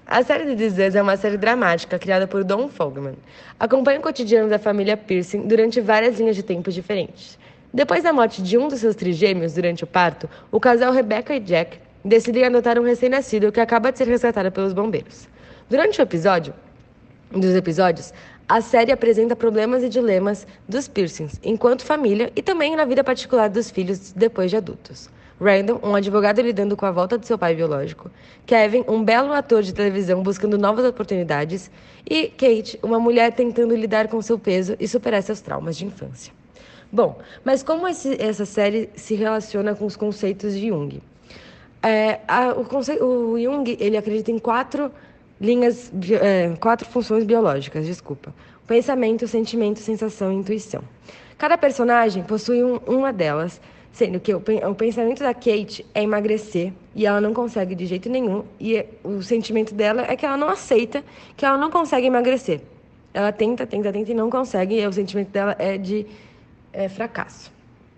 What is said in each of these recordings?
A série de This Is é uma série dramática criada por Don Fogelman. Acompanha o cotidiano da família Pearson durante várias linhas de tempo diferentes. Depois da morte de um dos seus trigêmeos durante o parto, o casal Rebecca e Jack decidem adotar um recém-nascido que acaba de ser resgatado pelos bombeiros. Durante dos episódios, a série apresenta problemas e dilemas dos Pearsons enquanto família e também na vida particular dos filhos depois de adultos. Randall, um advogado lidando com a volta de seu pai biológico. Kevin, um belo ator de televisão buscando novas oportunidades. E Kate, uma mulher tentando lidar com seu peso e superar seus traumas de infância. Bom, mas como essa série se relaciona com os conceitos de Jung? O Jung, ele acredita em quatro funções biológicas, desculpa. O pensamento, sentimento, sensação e intuição. Cada personagem possui uma delas, sendo que o pensamento da Kate é emagrecer e ela não consegue de jeito nenhum. E o sentimento dela é que ela não aceita que ela não consegue emagrecer. Ela tenta e não consegue, e o sentimento dela é de fracasso.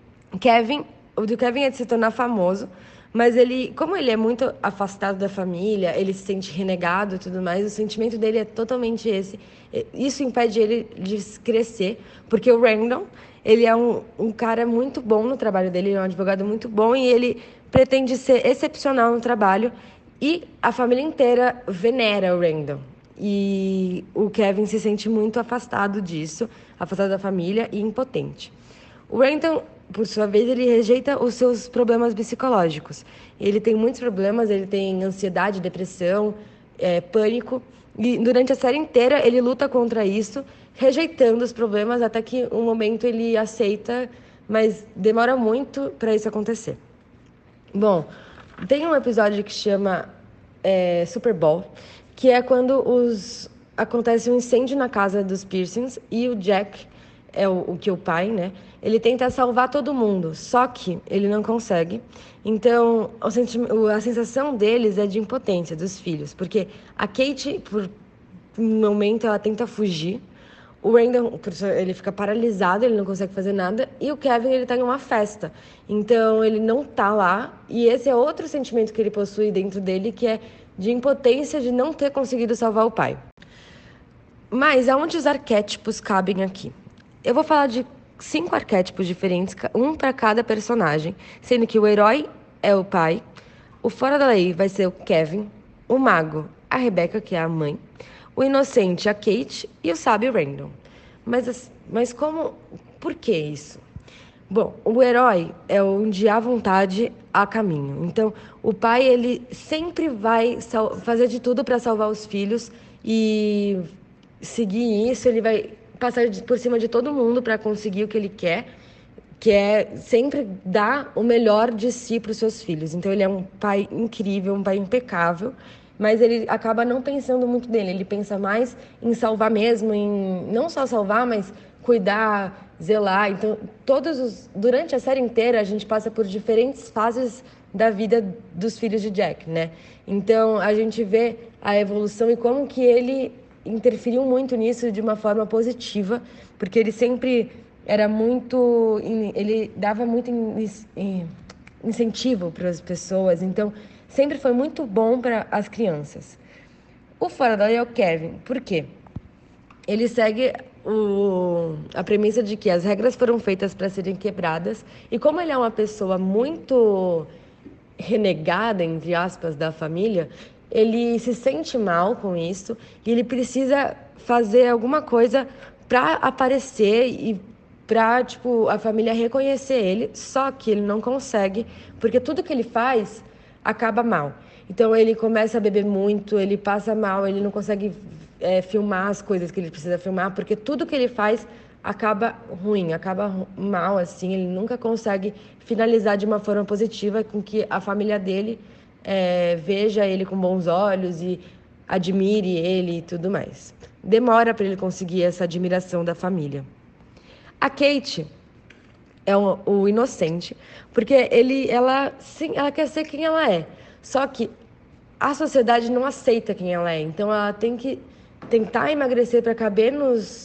O do Kevin é de se tornar famoso, mas como ele é muito afastado da família, ele se sente renegado e tudo mais, o sentimento dele é totalmente esse. Isso impede ele de crescer, porque o Randall, ele é um cara muito bom no trabalho dele, ele é um advogado muito bom e ele pretende ser excepcional no trabalho e a família inteira venera o Randall. E o Kevin se sente muito afastado disso, afastado da família e impotente. O Randall, por sua vez, ele rejeita os seus problemas psicológicos. Ele tem muitos problemas, ele tem ansiedade, depressão, pânico. E durante a série inteira ele luta contra isso, rejeitando os problemas até que um momento ele aceita, mas demora muito para isso acontecer. Bom, tem um episódio que chama Super Bowl, que é quando acontece um incêndio na casa dos Pearsons e o Jack, o pai, né? Ele tenta salvar todo mundo, só que ele não consegue. Então, a sensação deles é de impotência, dos filhos. Porque a Kate, por um momento, ela tenta fugir. O Randall, ele fica paralisado, ele não consegue fazer nada. E o Kevin, ele tá em uma festa. Então, ele não tá lá. E esse é outro sentimento que ele possui dentro dele, que é de impotência de não ter conseguido salvar o pai. Mas aonde os arquétipos cabem aqui? Eu vou falar de 5 arquétipos diferentes, um para cada personagem, sendo que o herói é o pai, o fora da lei vai ser o Kevin, o mago, a Rebecca, que é a mãe, o inocente, a Kate, e o sábio, o Randall. Mas por que isso? Bom, o herói é onde há vontade, há caminho. Então, o pai, ele sempre vai fazer de tudo para salvar os filhos e seguir isso, ele vai passar por cima de todo mundo para conseguir o que ele quer, que é sempre dar o melhor de si para os seus filhos. Então, ele é um pai incrível, um pai impecável, mas ele acaba não pensando muito nele. Ele pensa mais em salvar mesmo, em não só salvar, mas cuidar, zelar. Então, durante a série inteira, a gente passa por diferentes fases da vida dos filhos de Jack, né? Então, a gente vê a evolução e como que ele interferiu muito nisso de uma forma positiva, porque ele sempre era muito... Ele dava muito incentivo para as pessoas, então sempre foi muito bom para as crianças. O fora da lei é o Kevin. Por quê? Ele segue a premissa de que as regras foram feitas para serem quebradas, e como ele é uma pessoa muito renegada, entre aspas, da família, ele se sente mal com isso e ele precisa fazer alguma coisa para aparecer e para, tipo, a família reconhecer ele, só que ele não consegue, porque tudo que ele faz acaba mal. Então ele começa a beber muito, ele passa mal, ele não consegue filmar as coisas que ele precisa filmar, porque tudo que ele faz acaba ruim, acaba mal, assim, ele nunca consegue finalizar de uma forma positiva com que a família dele veja ele com bons olhos e admire ele e tudo mais. Demora para ele conseguir essa admiração da família. A Kate é o inocente, porque ela quer ser quem ela é, só que a sociedade não aceita quem ela é, então ela tem que tentar emagrecer para caber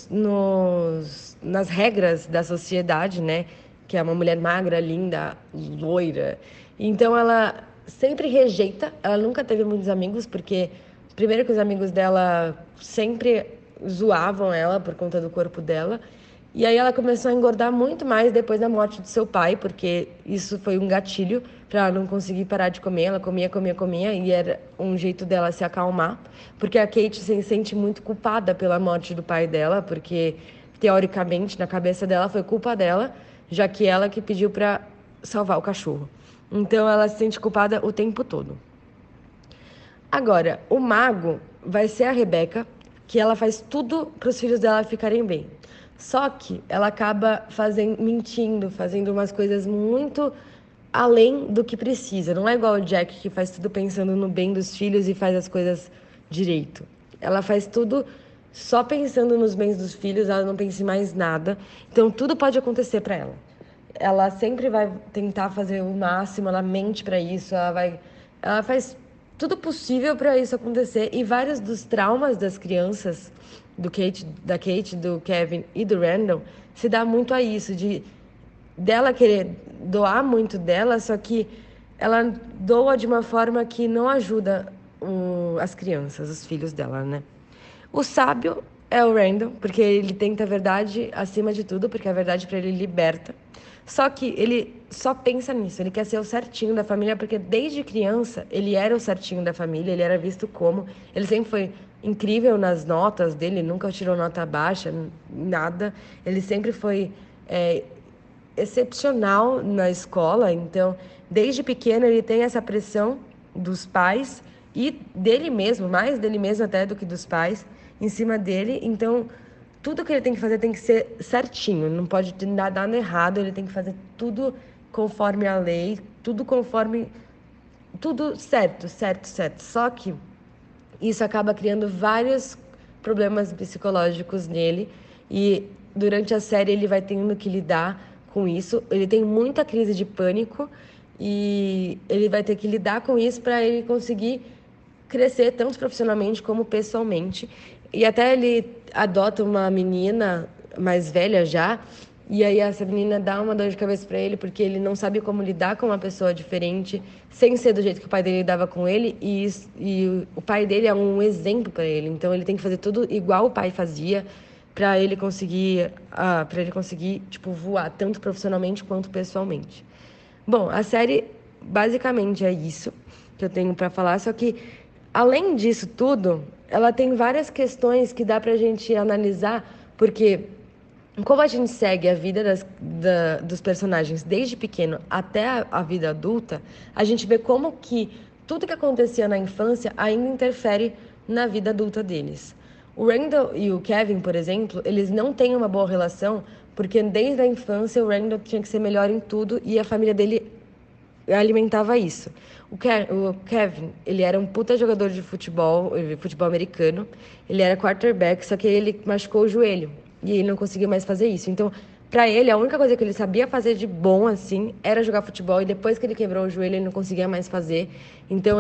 nas regras da sociedade, né? Que é uma mulher magra, linda, loira. Então ela sempre rejeita, ela nunca teve muitos amigos, porque Primeiro que os amigos dela sempre zoavam ela por conta do corpo dela. E aí ela começou a engordar muito mais depois da morte do seu pai, porque isso foi um gatilho para ela não conseguir parar de comer. Ela comia, comia, comia, e era um jeito dela se acalmar. Porque a Kate se sente muito culpada pela morte do pai dela, porque teoricamente na cabeça dela foi culpa dela, já que ela que pediu para salvar o cachorro. Então ela se sente culpada o tempo todo. Agora, o mago vai ser a Rebecca, que ela faz tudo para os filhos dela ficarem bem. Só que ela acaba mentindo, fazendo umas coisas muito além do que precisa. Não é igual o Jack, que faz tudo pensando no bem dos filhos e faz as coisas direito. Ela faz tudo só pensando nos bens dos filhos, ela não pensa em mais nada. Então tudo pode acontecer para ela. Ela sempre vai tentar fazer o máximo, ela mente para isso, ela faz tudo possível para isso acontecer. E vários dos traumas das crianças, da Kate, do Kevin e do Randall, se dá muito a isso, dela querer doar muito dela, só que ela doa de uma forma que não ajuda as crianças, os filhos dela, né? O sábio é o Randall, porque ele tenta a verdade acima de tudo, porque a verdade para ele liberta. Só que ele só pensa nisso, ele quer ser o certinho da família, porque desde criança ele era o certinho da família, ele era visto como. Ele sempre foi incrível nas notas dele, nunca tirou nota baixa, nada. Ele sempre foi excepcional na escola, então desde pequeno ele tem essa pressão dos pais e dele mesmo, mais dele mesmo até do que dos pais, em cima dele. Então tudo que ele tem que fazer tem que ser certinho, não pode ter nada errado, ele tem que fazer tudo conforme a lei, tudo certo, certo, certo. Só que isso acaba criando vários problemas psicológicos nele e durante a série ele vai tendo que lidar com isso. Ele tem muita crise de pânico e ele vai ter que lidar com isso para ele conseguir crescer tanto profissionalmente como pessoalmente. E até ele adota uma menina mais velha já, e aí essa menina dá uma dor de cabeça para ele porque ele não sabe como lidar com uma pessoa diferente, sem ser do jeito que o pai dele lidava com ele, e o pai dele é um exemplo para ele. Então ele tem que fazer tudo igual o pai fazia para ele conseguir, tipo, voar tanto profissionalmente quanto pessoalmente. Bom, a série basicamente é isso que eu tenho para falar, só que além disso tudo, ela tem várias questões que dá pra gente analisar, porque como a gente segue a vida dos personagens desde pequeno até a vida adulta, a gente vê como que tudo que acontecia na infância ainda interfere na vida adulta deles. O Randall e o Kevin, por exemplo, eles não têm uma boa relação, porque desde a infância o Randall tinha que ser melhor em tudo e a família dele alimentava isso. O Kevin, ele era um puta jogador de futebol americano. Ele era quarterback, só que ele machucou o joelho e ele não conseguiu mais fazer isso. Então, pra ele, a única coisa que ele sabia fazer de bom, assim, era jogar futebol. E depois que ele quebrou o joelho, ele não conseguia mais fazer. Então,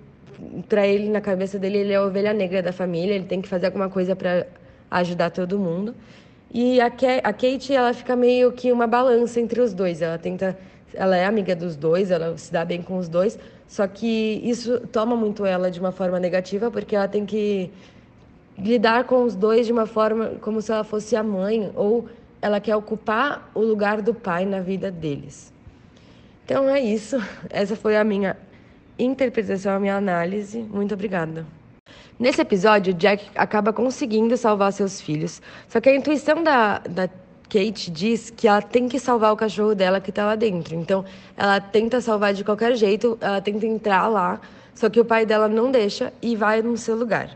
pra ele, na cabeça dele, ele é a ovelha negra da família. Ele tem que fazer alguma coisa pra ajudar todo mundo. E a Kate, ela fica meio que uma balança entre os dois. Ela é amiga dos dois, ela se dá bem com os dois, só que isso toma muito ela de uma forma negativa, porque ela tem que lidar com os dois de uma forma como se ela fosse a mãe, ou ela quer ocupar o lugar do pai na vida deles. Então é isso. Essa foi a minha interpretação, a minha análise. Muito obrigada. Nesse episódio, Jack acaba conseguindo salvar seus filhos, só que a intuição da Kate diz que ela tem que salvar o cachorro dela que tá lá dentro. Então, ela tenta salvar de qualquer jeito, ela tenta entrar lá, só que o pai dela não deixa e vai no seu lugar.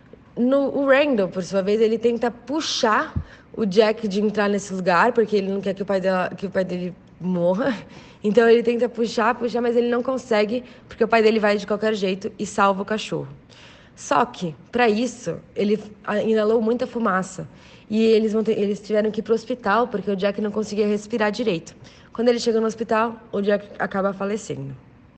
O Randall, por sua vez, ele tenta puxar o Jack de entrar nesse lugar, porque ele não quer que o pai dele morra. Então, ele tenta puxar, mas ele não consegue, porque o pai dele vai de qualquer jeito e salva o cachorro. Só que, para isso, ele inalou muita fumaça. E eles tiveram que ir pro hospital, porque o Jack não conseguia respirar direito. Quando ele chega no hospital, o Jack acaba falecendo.